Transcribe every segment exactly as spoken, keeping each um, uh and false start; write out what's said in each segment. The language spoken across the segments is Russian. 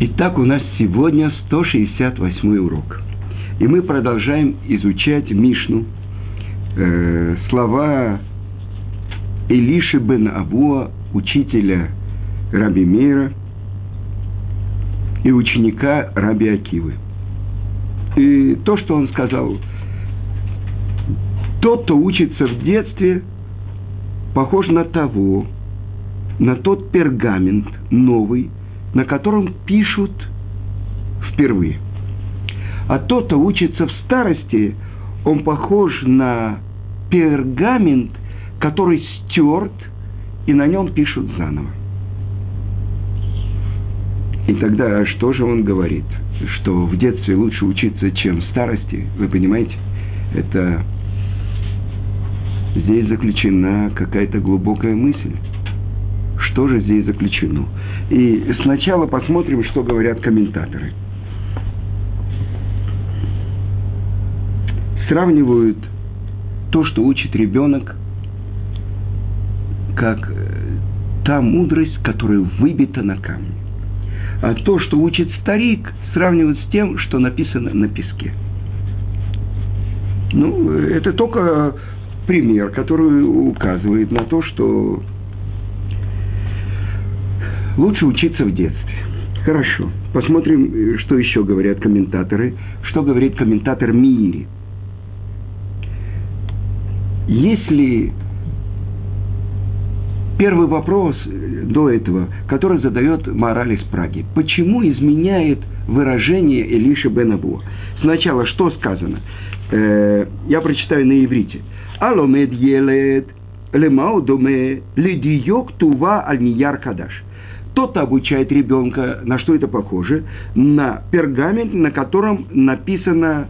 Итак, у нас сегодня сто шестьдесят восьмой урок. И мы продолжаем изучать Мишну, э, слова Элиши бен Авуа, учителя Раби Меира и ученика Раби Акивы. И то, что он сказал: тот, кто учится в детстве, похож на того, на тот пергамент новый, на котором пишут впервые. А тот, кто учится в старости, он похож на пергамент, который стерт, и на нем пишут заново. И тогда что же он говорит? Что в детстве лучше учиться, чем в старости? Вы понимаете? Это здесь заключена какая-то глубокая мысль. Что же здесь заключено? И сначала посмотрим, что говорят комментаторы. Сравнивают то, что учит ребенок, как та мудрость, которая выбита на камне. А то, что учит старик, сравнивают с тем, что написано на песке. Ну, это только пример, который указывает на то, что лучше учиться в детстве. Хорошо. Посмотрим, что еще говорят комментаторы. Что говорит комментатор Миири. Если первый вопрос до этого, который задает Маораль из Праги. Почему изменяет выражение Элиши бен Авуа? Сначала что сказано? Э, я прочитаю на иврите. Аломед елед лемау доме ледиёк тува аль нияр кадаш. Тот обучает ребенка, на что это похоже? На пергамент, на котором написано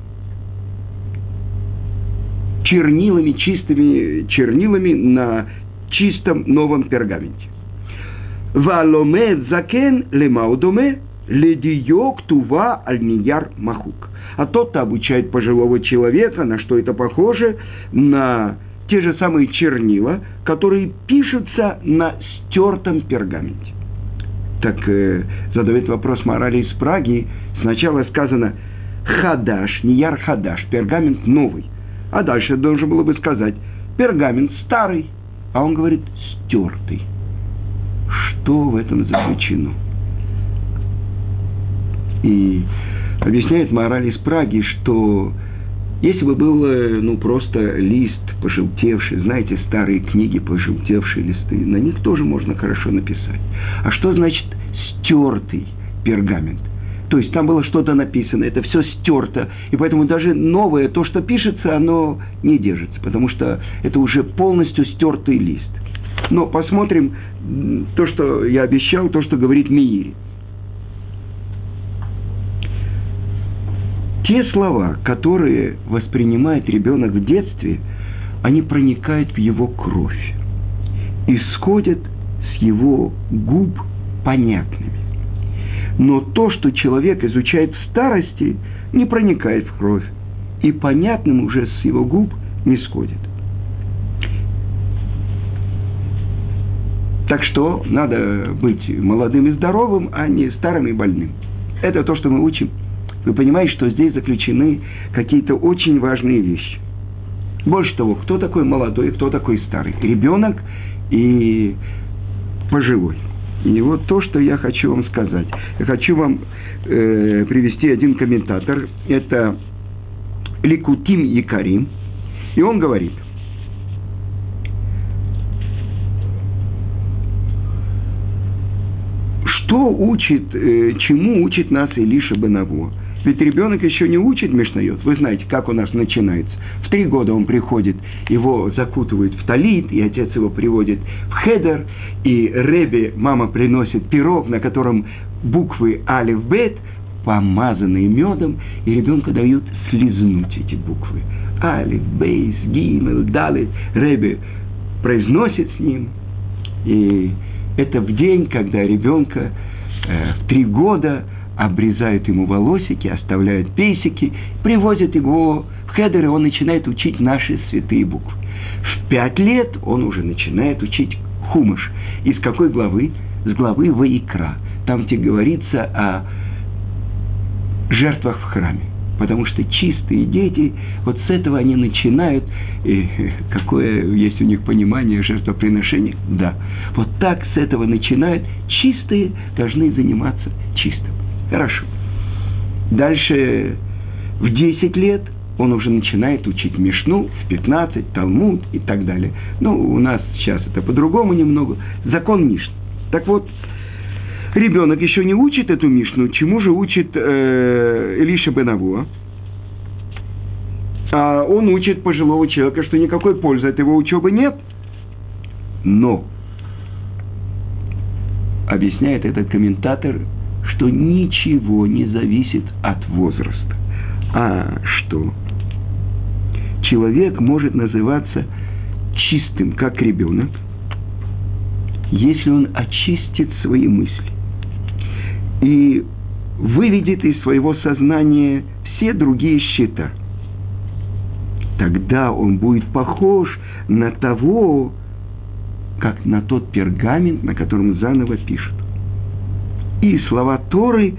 чернилами, чистыми чернилами на чистом новом пергаменте. Валомед закен лемаудоме ледиёк тува аль нияр махук. А тот, кто обучает пожилого человека, на что это похоже? На те же самые чернила, которые пишутся на стертом пергаменте. Так э, задает вопрос Маораль из Праги. Сначала сказано хадаш, нияр хадаш, пергамент новый. А дальше должен было бы сказать пергамент старый. А он говорит стертый. Что в этом заключено? И объясняет Маораль из Праги, что если бы был, ну, просто лист пожелтевший, знаете, старые книги, пожелтевшие листы, на них тоже можно хорошо написать. А что значит стертый пергамент? То есть там было что-то написано, это все стерто, и поэтому даже новое, то, что пишется, оно не держится, потому что это уже полностью стертый лист. Но посмотрим то, что я обещал, то, что говорит Миири. Те слова, которые воспринимает ребенок в детстве, они проникают в его кровь, исходят с его губ понятными. Но то, что человек изучает в старости, не проникает в кровь, и понятным уже с его губ не сходит. Так что надо быть молодым и здоровым, а не старым и больным. Это то, что мы учим. Вы понимаете, что здесь заключены какие-то очень важные вещи. Больше того, кто такой молодой, кто такой старый? Ребенок и пожилой. И вот то, что я хочу вам сказать. Я хочу вам э, привести один комментатор. Это Ликутим Якарим. И он говорит: что учит, э, чему учит нас Элиша бен Авуа? Ведь ребенок еще не учит Мишнайот. Вы знаете, как у нас начинается. В три года он приходит, его закутывают в талит, и отец его приводит в хедер, и Ребе, мама приносит пирог, на котором буквы алиф, бет, помазанные медом, и ребенку дают слизнуть эти буквы. Алиф, бейс, гимел, далит. Ребе произносит с ним, и это в день, когда ребенка э, в три года обрезают ему волосики, оставляют пейсики, привозят его в хедер, и он начинает учить наши святые буквы. В пять лет он уже начинает учить хумаш. Из какой главы? С главы Ваикра. там, где говорится о жертвах в храме. Потому что чистые дети, вот с этого они начинают, и какое есть у них понимание жертвоприношений, да. Вот так с этого начинают, чистые должны заниматься чистым. Хорошо. Дальше в десять лет он уже начинает учить Мишну, в пятнадцать Талмуд и так далее. Ну, у нас сейчас это по-другому немного. Закон Мишны. Так вот, ребенок еще не учит эту Мишну, чему же учит э, Элиша бен Авуа? А он учит пожилого человека, что никакой пользы от его учебы нет. Но, объясняет этот комментатор, что ничего не зависит от возраста. А что? Человек может называться чистым, как ребенок, если он очистит свои мысли и выведет из своего сознания все другие счета. Тогда он будет похож на того, как на тот пергамент, на котором заново пишут. И слова Торы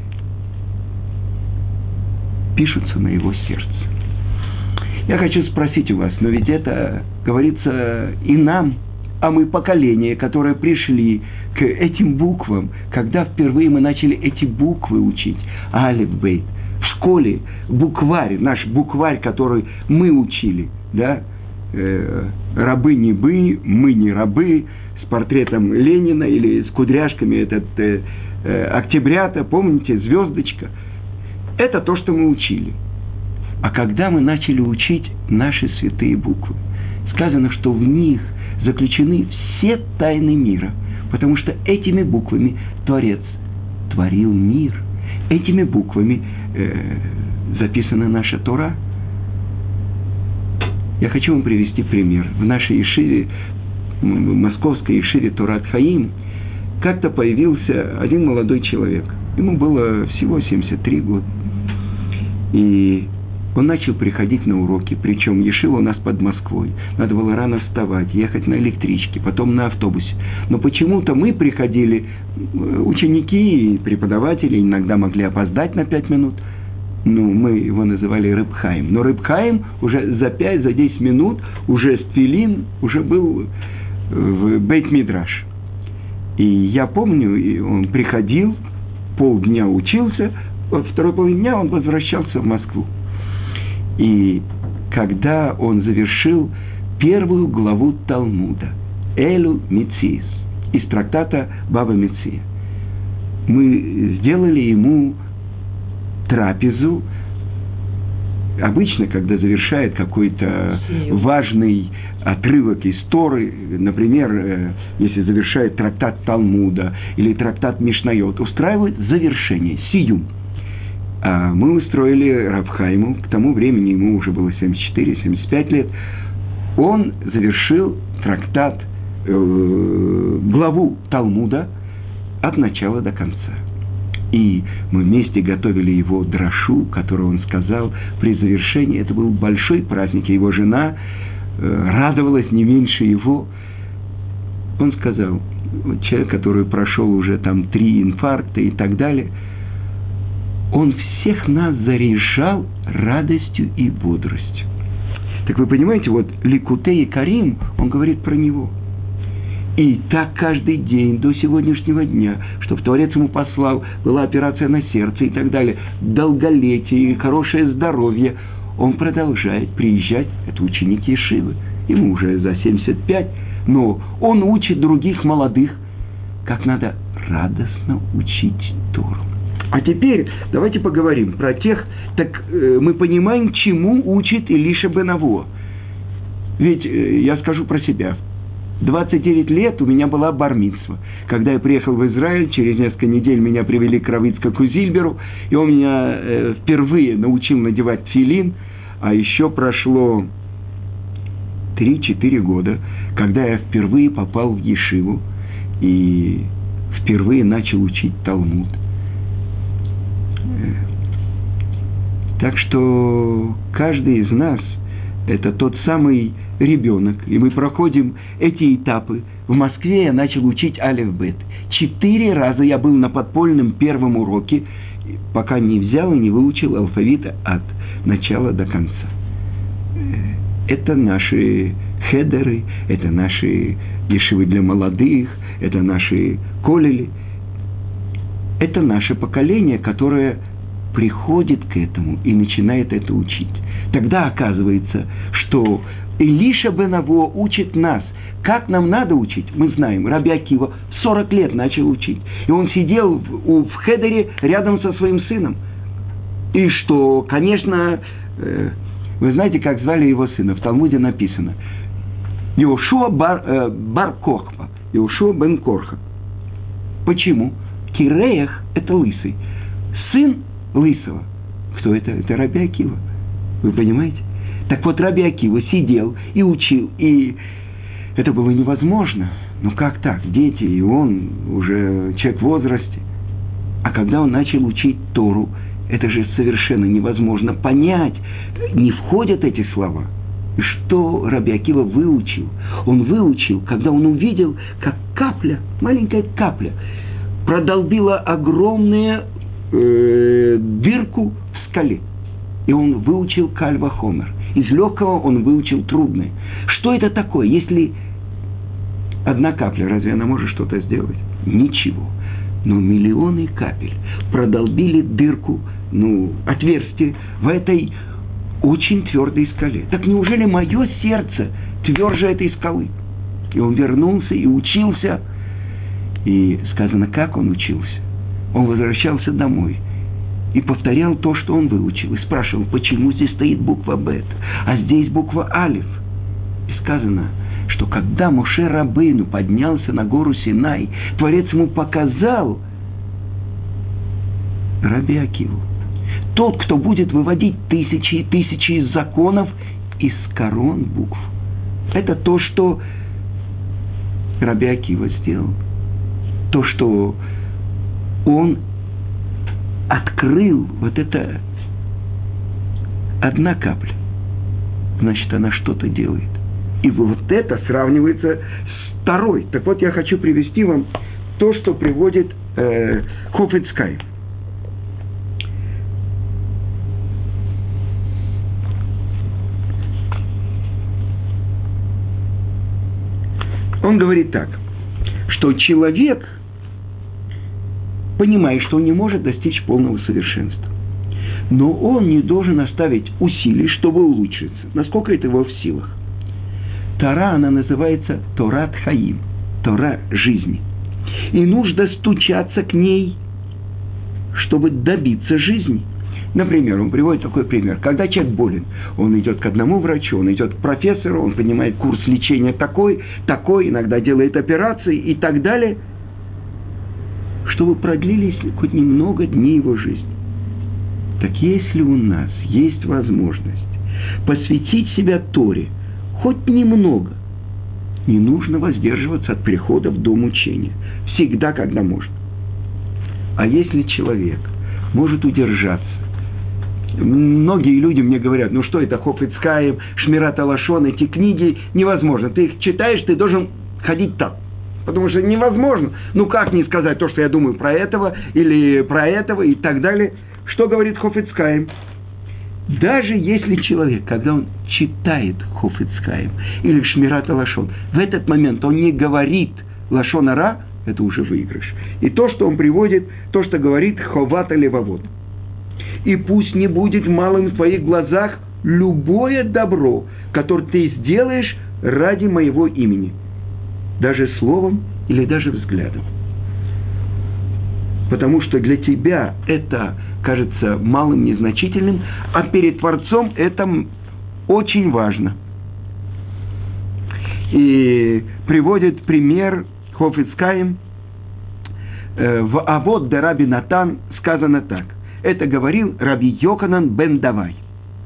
пишутся на его сердце. Я хочу спросить у вас, но ведь это говорится и нам, а мы поколение, которое пришли к этим буквам, когда впервые мы начали эти буквы учить, алеф, бейт, в школе букварь, наш букварь, который мы учили, да, э, рабы не бы, мы не рабы, с портретом Ленина или с кудряшками этот э, э, октябрята, помните, звездочка. Это то, что мы учили. А когда мы начали учить наши святые буквы, сказано, что в них заключены все тайны мира, потому что этими буквами Творец творил мир. Этими буквами э, записана наша Тора. Я хочу вам привести пример. В нашей ешиве, в московской ешиве Торат Хаим, как-то появился один молодой человек. Ему было всего семьдесят три года. И он начал приходить на уроки, причем ешива у нас под Москвой. Надо было рано вставать, ехать на электричке, потом на автобусе. Но почему-то мы приходили, ученики и преподаватели иногда могли опоздать на пять минут. Ну, мы его называли Реб Хаим. Но Реб Хаим уже за пять, за десять минут, уже с тфилин, уже был в Бейт-Мидраш. И я помню, он приходил, полдня учился, вот второй половине дня он возвращался в Москву. И когда он завершил первую главу Талмуда, Элю Мициис, из трактата Баба Меция, мы сделали ему трапезу. Обычно, когда завершает какой-то важный отрывок из Торы, например, если завершает трактат Талмуда или трактат Мишнайот, устраивают завершение, сиюм. А мы устроили Рав Хайму, к тому времени ему уже было семьдесят четыре - семьдесят пять лет, он завершил трактат, э, главу Талмуда от начала до конца. И мы вместе готовили его драшу, которую он сказал при завершении. Это был большой праздник, и его жена э, радовалась не меньше его. Он сказал, человек, который прошел уже там три инфаркта и так далее, он всех нас заряжал радостью и бодростью. Так вы понимаете, вот Ликутей Карим, он говорит про него. И так каждый день до сегодняшнего дня, чтобы Творец ему послал, была операция на сердце и так далее, долголетие и хорошее здоровье, он продолжает приезжать, это ученик ешивы, ему уже за семьдесят пять, но он учит других молодых, как надо радостно учить Тору. А теперь давайте поговорим про тех, так э, мы понимаем, чему учит Элиша бен Авуа. Ведь э, я скажу про себя. двадцать девять лет у меня была бар-мицва. Когда я приехал в Израиль, через несколько недель меня привели к Рав Ицхаку Зильберу, и он меня э, впервые научил надевать тфилин, а еще прошло три-четыре года, когда я впервые попал в ешиву и впервые начал учить Талмуд. Так что каждый из нас – это тот самый ребенок, и мы проходим эти этапы. В Москве я начал учить алеф-бет. Четыре раза я был на подпольном первом уроке, пока не взял и не выучил алфавит от начала до конца. Это наши хедеры, это наши ешивы для молодых, это наши колели. Это наше поколение, которое приходит к этому и начинает это учить. Тогда оказывается, что Элиша бен Аво учит нас, как нам надо учить. Мы знаем, Раби Акива в сорок лет начал учить. И он сидел в, в хедере рядом со своим сыном. И что, конечно, э, вы знаете, как звали его сына? В Талмуде написано. Йошуа бар, э, бар Корха. Йошуа бен Корха. Почему? Киреях – это лысый. Сын лысого. Кто это? Это Раби Акива. Вы понимаете? Так вот, Раби Акива сидел и учил, и это было невозможно. Ну как так? Дети, и он уже человек в возрасте. А когда он начал учить Тору, это же совершенно невозможно понять. Не входят эти слова. И что Раби Акива выучил? Он выучил, когда он увидел, как капля, маленькая капля, продолбила огромную э, дырку в скале. И он выучил каль вахомер. Из легкого он выучил трудное. Что это такое? Если одна капля, разве она может что-то сделать? Ничего. Но миллионы капель продолбили дырку, ну, отверстие в этой очень твердой скале. Так неужели мое сердце тверже этой скалы? И он вернулся и учился. И сказано, как он учился. Он возвращался домой и повторял то, что он выучил. И спрашивал, почему здесь стоит буква Бет, а здесь буква Алиф. И сказано, что когда Моше Рабейну поднялся на гору Синай, Творец ему показал Раби Акиву. Тот, кто будет выводить тысячи и тысячи законов из корон букв. Это то, что Раби Акива сделал. То, что он открыл, вот это одна капля, значит, она что-то делает. И вот это сравнивается с второй. Так вот, я хочу привести вам то, что приводит э, Хафец Хаим. Он говорит так, что человек понимает, что он не может достичь полного совершенства. Но он не должен оставить усилий, чтобы улучшиться. Насколько это его в силах. Тора, она называется Торат Хаим, Тора жизни. И нужно стучаться к ней, чтобы добиться жизни. Например, он приводит такой пример. Когда человек болен, он идет к одному врачу, он идет к профессору, он понимает курс лечения такой, такой, иногда делает операции и так далее, чтобы продлились хоть немного дней его жизни. Так если у нас есть возможность посвятить себя Торе хоть немного, не нужно воздерживаться от прихода в дом учения. Всегда, когда можно. А если человек может удержаться, многие люди мне говорят, ну что это, Хафец Хаим, Шмират Алашон, эти книги невозможно. Ты их читаешь, ты должен ходить так. Потому что невозможно. Ну как не сказать то, что я думаю про этого, или про этого, и так далее. Что говорит Хафец Хаим? Даже если человек, когда он читает Хафец Хаим или Шмират Алашон, в этот момент он не говорит лашон ара, это уже выигрыш. И то, что он приводит, то, что говорит Ховат Левавот. И пусть не будет малым в твоих глазах любое добро, которое ты сделаешь ради моего имени. Даже словом или даже взглядом. Потому что для тебя это кажется малым, незначительным, а перед Творцом это очень важно. И приводит пример Хафец Хаим. В Авот де Раби Натан сказано так. Это говорил Раби Йоханан бен Давай.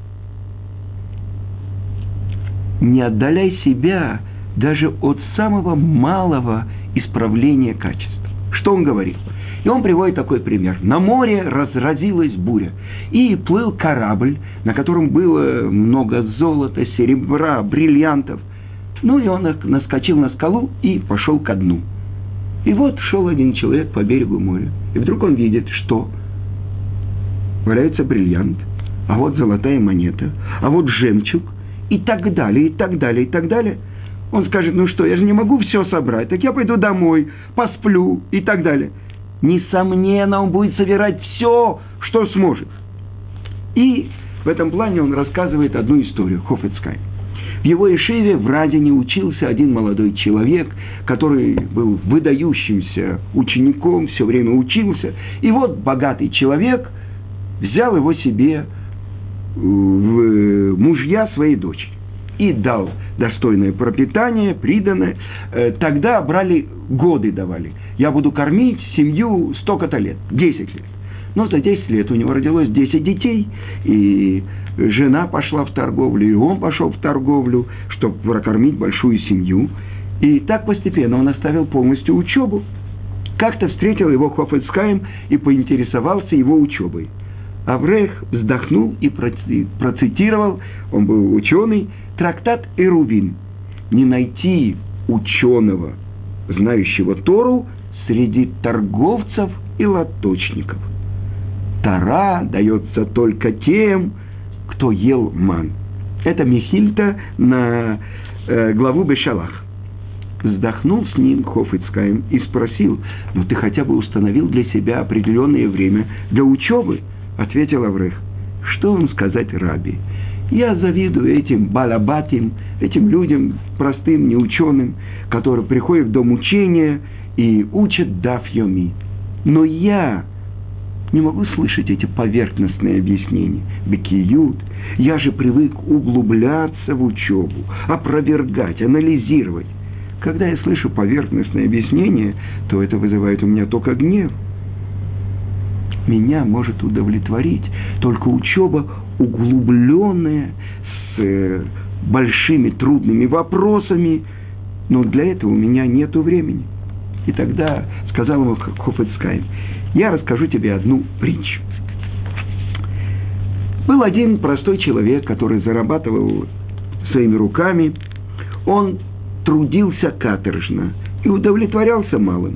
Не отдаляй себя даже от самого малого исправления качества. Что он говорит? И он приводит такой пример. На море разразилась буря, и плыл корабль, на котором было много золота, серебра, бриллиантов. Ну и он наскочил на скалу и пошел ко дну. И вот шел один человек по берегу моря, и вдруг он видит, что валяется бриллиант, а вот золотая монета, а вот жемчуг, и так далее, и так далее, и так далее. Он скажет: ну что, я же не могу все собрать, так я пойду домой, посплю и так далее. Несомненно, он будет собирать все, что сможет. И в этом плане он рассказывает одну историю, Хофец Хаим. В его ешиве в Радине учился один молодой человек, который был выдающимся учеником, все время учился. И вот богатый человек взял его себе в мужья своей дочери и дал достойное пропитание, приданое. Тогда брали, годы давали. Я буду кормить семью столько-то лет, десять лет. Но за десять лет у него родилось десять детей, и жена пошла в торговлю, и он пошел в торговлю, чтобы прокормить большую семью. И так постепенно он оставил полностью учебу. Как-то встретил его Хофец Хаим и поинтересовался его учебой. Аврех вздохнул и процитировал, он был ученый, трактат Эрувин. Не найти ученого, знающего Тору, среди торговцев и лоточников. Тора дается только тем, кто ел ман. Это Мехильта на э, главу Бешалах. Вздохнул с ним Хофец Хаим и спросил: ну ты хотя бы установил для себя определенное время для учебы? Ответил Аврех: что вам сказать, раби? Я завидую этим балабатим, этим людям, простым, неученым, которые приходят в дом учения и учат даф йоми. Но я не могу слышать эти поверхностные объяснения. Бекиют. Я же привык углубляться в учебу, опровергать, анализировать. Когда я слышу поверхностные объяснения, то это вызывает у меня только гнев. Меня может удовлетворить только учеба углубленная, с э, большими трудными вопросами, но для этого у меня нет времени. И тогда сказал ему Хофец Хаим: я расскажу тебе одну притчу. Был один простой человек, который зарабатывал своими руками. Он трудился каторжно и удовлетворялся малым.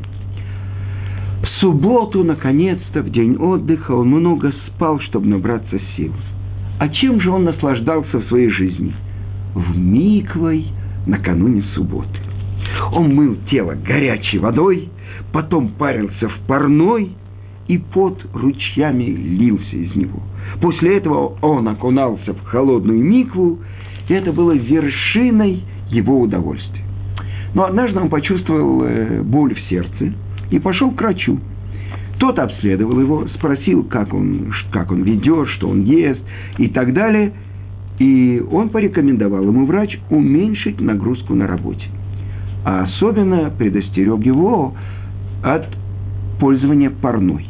В субботу, наконец-то, в день отдыха, он много спал, чтобы набраться сил. А чем же он наслаждался в своей жизни? В миквой накануне субботы. Он мыл тело горячей водой, потом парился в парной, и пот ручьями лился из него. После этого он окунался в холодную микву, и это было вершиной его удовольствия. Но однажды он почувствовал боль в сердце и пошел к врачу. Тот обследовал его, спросил, как он, как он ведет, что он ест и так далее. И он порекомендовал ему, врач, уменьшить нагрузку на работе. А особенно предостерег его от пользования парной.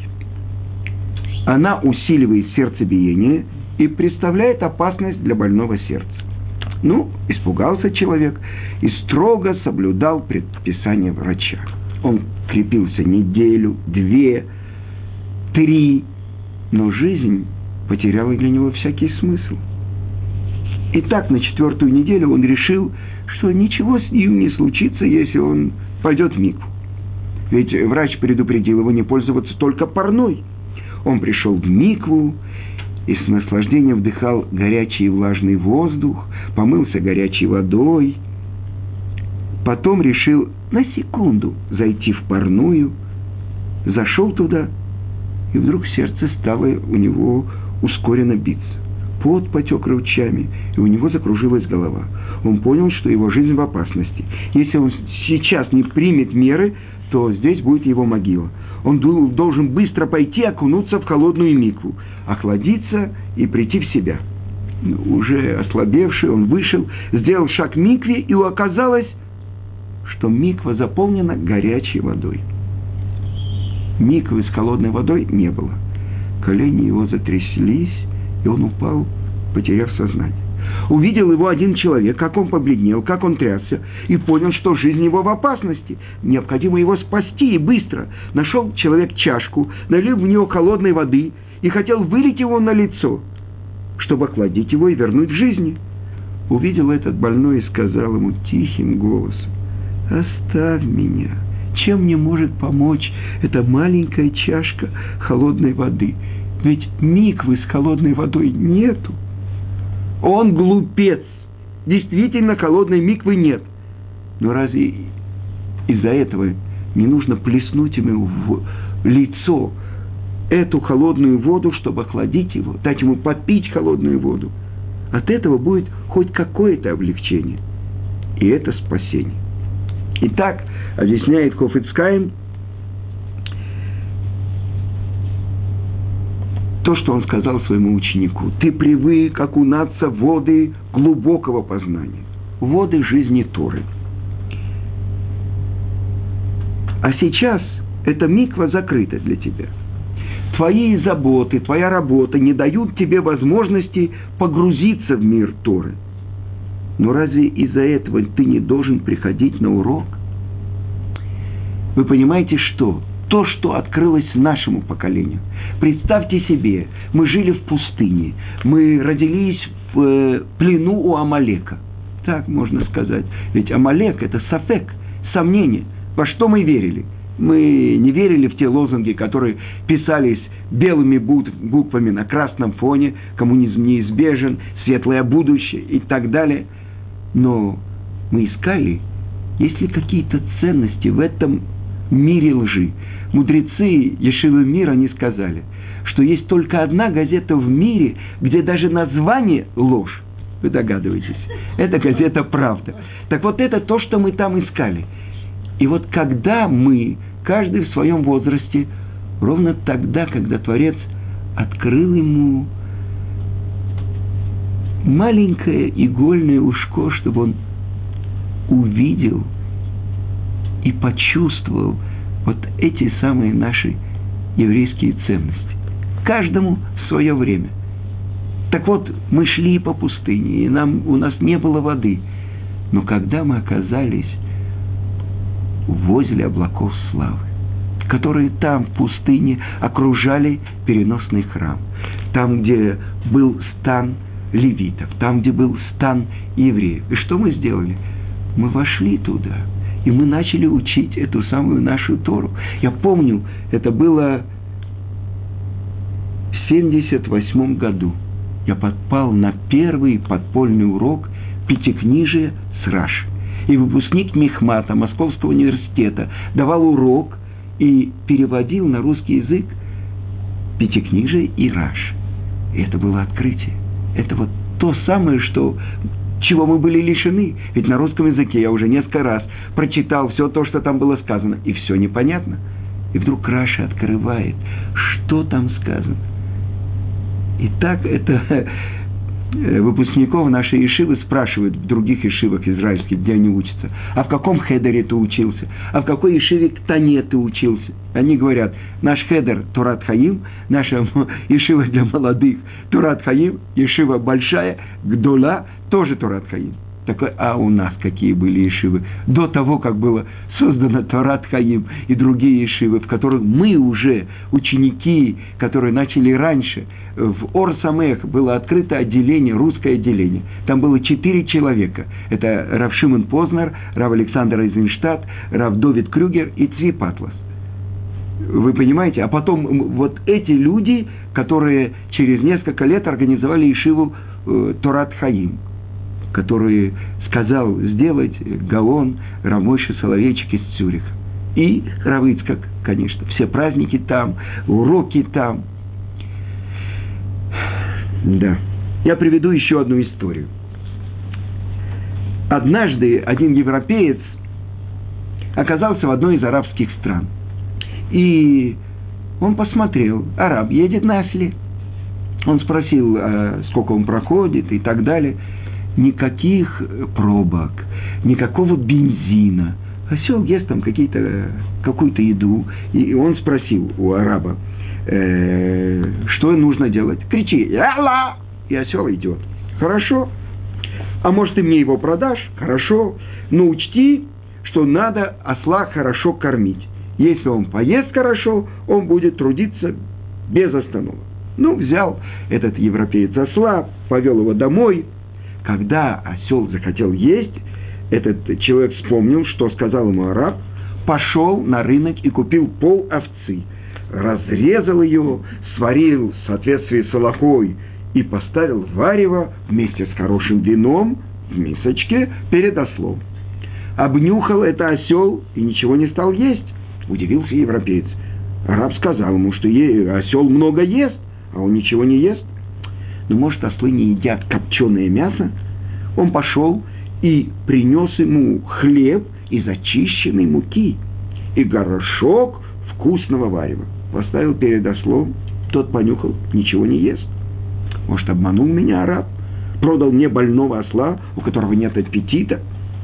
Она усиливает сердцебиение и представляет опасность для больного сердца. Ну, испугался человек и строго соблюдал предписание врача. Он крепился неделю, две, три, но жизнь потеряла для него всякий смысл. И так на четвертую неделю он решил, что ничего с ним не случится, если он пойдет в микву. Ведь врач предупредил его не пользоваться только парной. Он пришел в микву и с наслаждением вдыхал горячий и влажный воздух, помылся горячей водой. Потом решил на секунду зайти в парную, зашел туда, и вдруг сердце стало у него ускоренно биться. Пот потек ручьями, и у него закружилась голова. Он понял, что его жизнь в опасности. Если он сейчас не примет меры, то здесь будет его могила. Он должен быстро пойти окунуться в холодную микву, охладиться и прийти в себя. Уже ослабевший, он вышел, сделал шаг к микве, и оказалось, что миква заполнена горячей водой. Миквы с холодной водой не было. Колени его затряслись, и он упал, потеряв сознание. Увидел его один человек, как он побледнел, как он трясся, и понял, что жизнь его в опасности. Необходимо его спасти, и быстро. Нашел человек чашку, налил в нее холодной воды и хотел вылить его на лицо, чтобы охладить его и вернуть к жизни. Увидел этот больной и сказал ему тихим голосом: «Оставь меня, Чем мне может помочь эта маленькая чашка холодной воды? Ведь миквы с холодной водой нету. Он глупец. Действительно, холодной миквы нет. Но разве из-за этого не нужно плеснуть ему в лицо эту холодную воду, чтобы охладить его, дать ему попить холодную воду? От этого будет хоть какое-то облегчение. И это спасение. Итак, объясняет Хафец Хаим, то, что он сказал своему ученику: ты привык окунаться в воды глубокого познания, воды жизни Торы. А сейчас эта миква закрыта для тебя. Твои заботы, твоя работа не дают тебе возможности погрузиться в мир Торы. Но разве из-за этого ты не должен приходить на урок? Вы понимаете, что? То, что открылось нашему поколению. Представьте себе, мы жили в пустыне, мы родились в э, плену у Амалека. Так можно сказать. Ведь Амалек – это сафек, сомнение. Во что мы верили? Мы не верили в те лозунги, которые писались белыми буквами на красном фоне: коммунизм неизбежен, светлое будущее и так далее. Но мы искали, есть ли какие-то ценности в этом мире лжи. Мудрецы Ешивы Мир, они сказали, что есть только одна газета в мире, где даже название ложь. Вы догадываетесь? Это газета «Правда». Так вот, это то, что мы там искали. И вот когда мы, каждый в своем возрасте, ровно тогда, когда Творец открыл ему маленькое игольное ушко, чтобы он увидел и почувствовал вот эти самые наши еврейские ценности. Каждому в свое время. Так вот, мы шли по пустыне, и нам, у нас не было воды. Но когда мы оказались возле облаков славы, которые там, в пустыне, окружали переносный храм, там, где был стан левитов, там, где был стан евреев. И что мы сделали? Мы вошли туда, и мы начали учить эту самую нашу Тору. Я помню, это было в семьдесят восьмом году. Я попал на первый подпольный урок пятикнижия с Раши. И выпускник Мехмата Московского университета давал урок и переводил на русский язык пятикнижие и Раши. И это было открытие. Это вот то самое, что, чего мы были лишены. Ведь на русском языке я уже несколько раз прочитал все то, что там было сказано, и все непонятно. И вдруг Раши открывает, что там сказано. И так это выпускников нашей ешивы спрашивают в других ешивах израильских, где они учатся: а в каком хедере ты учился? А в какой ешиве Ктане ты учился? Они говорят: наш хедер Торат Хаим, наша ешива для молодых Торат Хаим, ешива большая, Гдола, тоже Торат Хаим. Такой, а у нас какие были ешивы до того, как было создано Торат Хаим и другие ешивы, в которых мы уже ученики, которые начали раньше. В Ор-Самех было открыто отделение, русское отделение. Там было четыре человека. Это Рав Шимон Познер, Рав Александр Эйзенштадт, Рав Довид Крюгер и Цви Патлас. Вы понимаете? А потом вот эти люди, которые через несколько лет организовали ешиву э, Торат Хаим, который сказал сделать Гаон Рав Мойше Соловейчик из Цюриха. И Рав Ицхак, конечно. Все праздники там, уроки там. Да. Я приведу еще одну историю. Однажды один европеец оказался в одной из арабских стран. И он посмотрел, араб едет на осле. Он спросил, сколько он проходит и так далее. Никаких пробок, никакого бензина. Осел ест там какие-то, какую-то еду. И он спросил у араба, э, что нужно делать. Кричи: «Ялла!» И осел идет. Хорошо. А может, ты мне его продашь? Хорошо. Но учти, что надо осла хорошо кормить. Если он поест хорошо, он будет трудиться без остановок. Ну, взял этот европеец осла, повел его домой. Когда осел захотел есть, этот человек вспомнил, что сказал ему араб. пошел на рынок и купил пол овцы, разрезал ее, сварил в соответствии с алахой и поставил варево вместе с хорошим вином в мисочке перед ослом. Обнюхал это осел и ничего не стал есть. Удивился европеец. Араб сказал ему, что осел много ест, а он ничего не ест. Ну, может, ослы не едят копченое мясо? Он пошел и принес ему хлеб из очищенной муки и горшок вкусного варева. Поставил перед ослом, тот понюхал, ничего не ест. Может, обманул меня араб? Продал мне больного осла, у которого нет аппетита?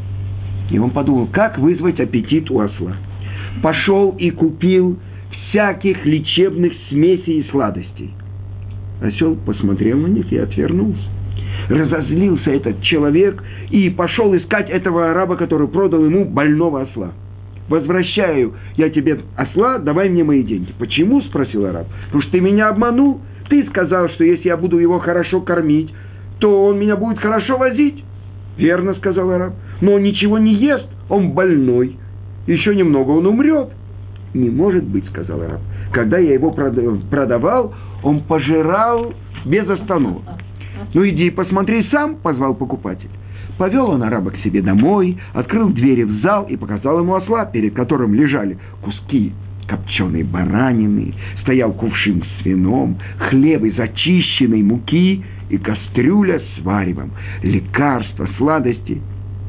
И он подумал, как вызвать аппетит у осла. Пошел и купил всяких лечебных смесей и сладостей. Осел посмотрел на них и отвернулся. Разозлился этот человек и пошел искать этого араба, который продал ему больного осла. «Возвращаю я тебе осла, давай мне мои деньги». «Почему?» – спросил араб. «Потому что ты меня обманул. Ты сказал, что если я буду его хорошо кормить, то он меня будет хорошо возить». «Верно», – сказал араб. «Но он ничего не ест, он больной. Еще немного он умрет». «Не может быть», – сказал араб. «Когда я его продавал, он пожирал без остановок». «Ну иди, посмотри сам», – позвал покупатель. Повел он араба к себе домой, открыл двери в зал и показал ему осла, перед которым лежали куски копченой баранины, стоял кувшин с вином, хлеб из очищенной муки и кастрюля с варевом, лекарства, сладости.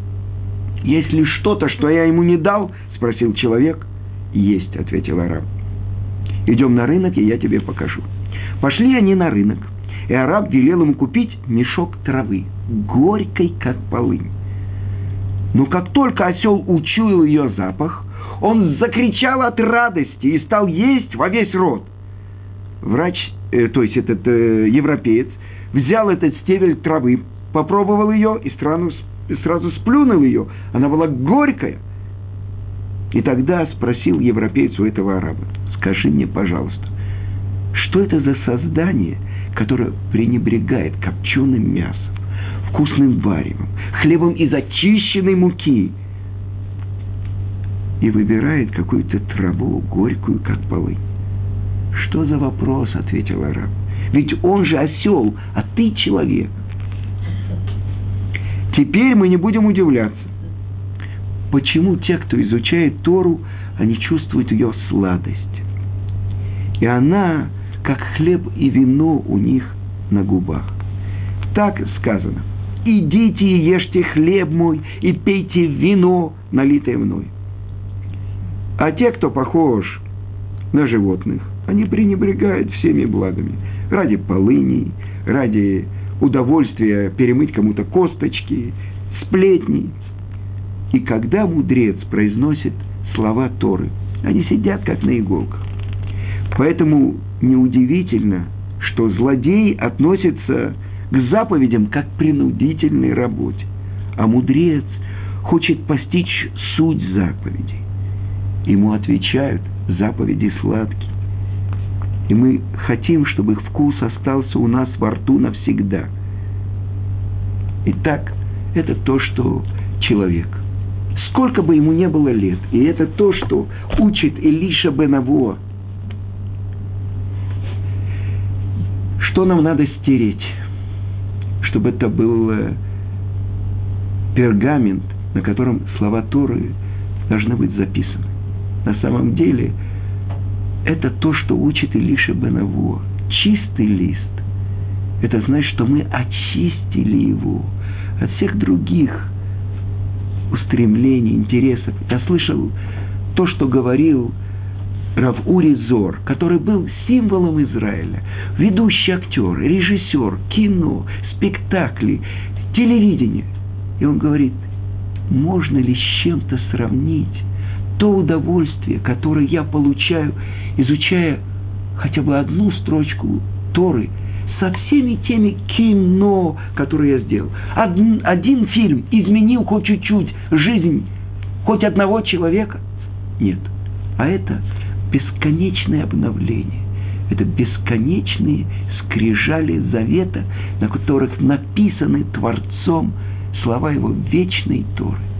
«Есть ли что-то, что я ему не дал?» – спросил человек. «Есть», – ответил араб. «Идем на рынок, и я тебе покажу». Пошли они на рынок, и араб велел ему купить мешок травы, горькой, как полынь. Но как только осел учуял ее запах, он закричал от радости и стал есть во весь рот. Врач, э, то есть этот э, европеец, взял этот стебель травы, попробовал ее и сразу, сразу сплюнул ее. Она была горькая. И тогда спросил европеец у этого араба: «Скажи мне, пожалуйста, что это за создание, которое пренебрегает копченым мясом, вкусным варевом, хлебом из очищенной муки и выбирает какую-то траву, горькую, как полынь?» «Что за вопрос?» – ответил араб. «Ведь он же осел, а ты человек». Теперь мы не будем удивляться, почему те, кто изучает Тору, они чувствуют ее сладость. И она, как хлеб и вино у них на губах. Так сказано: «Идите и ешьте хлеб мой, и пейте вино, налитое мной». А те, кто похож на животных, они пренебрегают всеми благами. Ради полыни, ради удовольствия перемыть кому-то косточки, сплетни. И когда мудрец произносит слова Торы, они сидят как на иголках. Поэтому неудивительно, что злодей относится к заповедям как к принудительной работе, а мудрец хочет постичь суть заповедей. Ему отвечают: заповеди сладкие. И мы хотим, чтобы их вкус остался у нас во рту навсегда. Итак, это то, что человек, сколько бы ему ни было лет, и это то, что учит Элиша бен Авуа. Что нам надо стереть, чтобы это был пергамент, на котором слова Торы должны быть записаны. На самом деле, это то, что учит Элиша бен Авуа. Чистый лист. Это значит, что мы очистили его от всех других устремлений, интересов. Я слышал то, что говорил Рав Ури Зор, который был символом Израиля, ведущий актер, режиссер, кино, спектакли, телевидение. И он говорит: можно ли с чем-то сравнить то удовольствие, которое я получаю, изучая хотя бы одну строчку Торы, со всеми теми кино, которые я сделал. Один, один фильм изменил хоть чуть-чуть жизнь хоть одного человека? Нет. А это бесконечное обновление. Это бесконечные скрижали завета, на которых написаны Творцом слова его вечной Торы.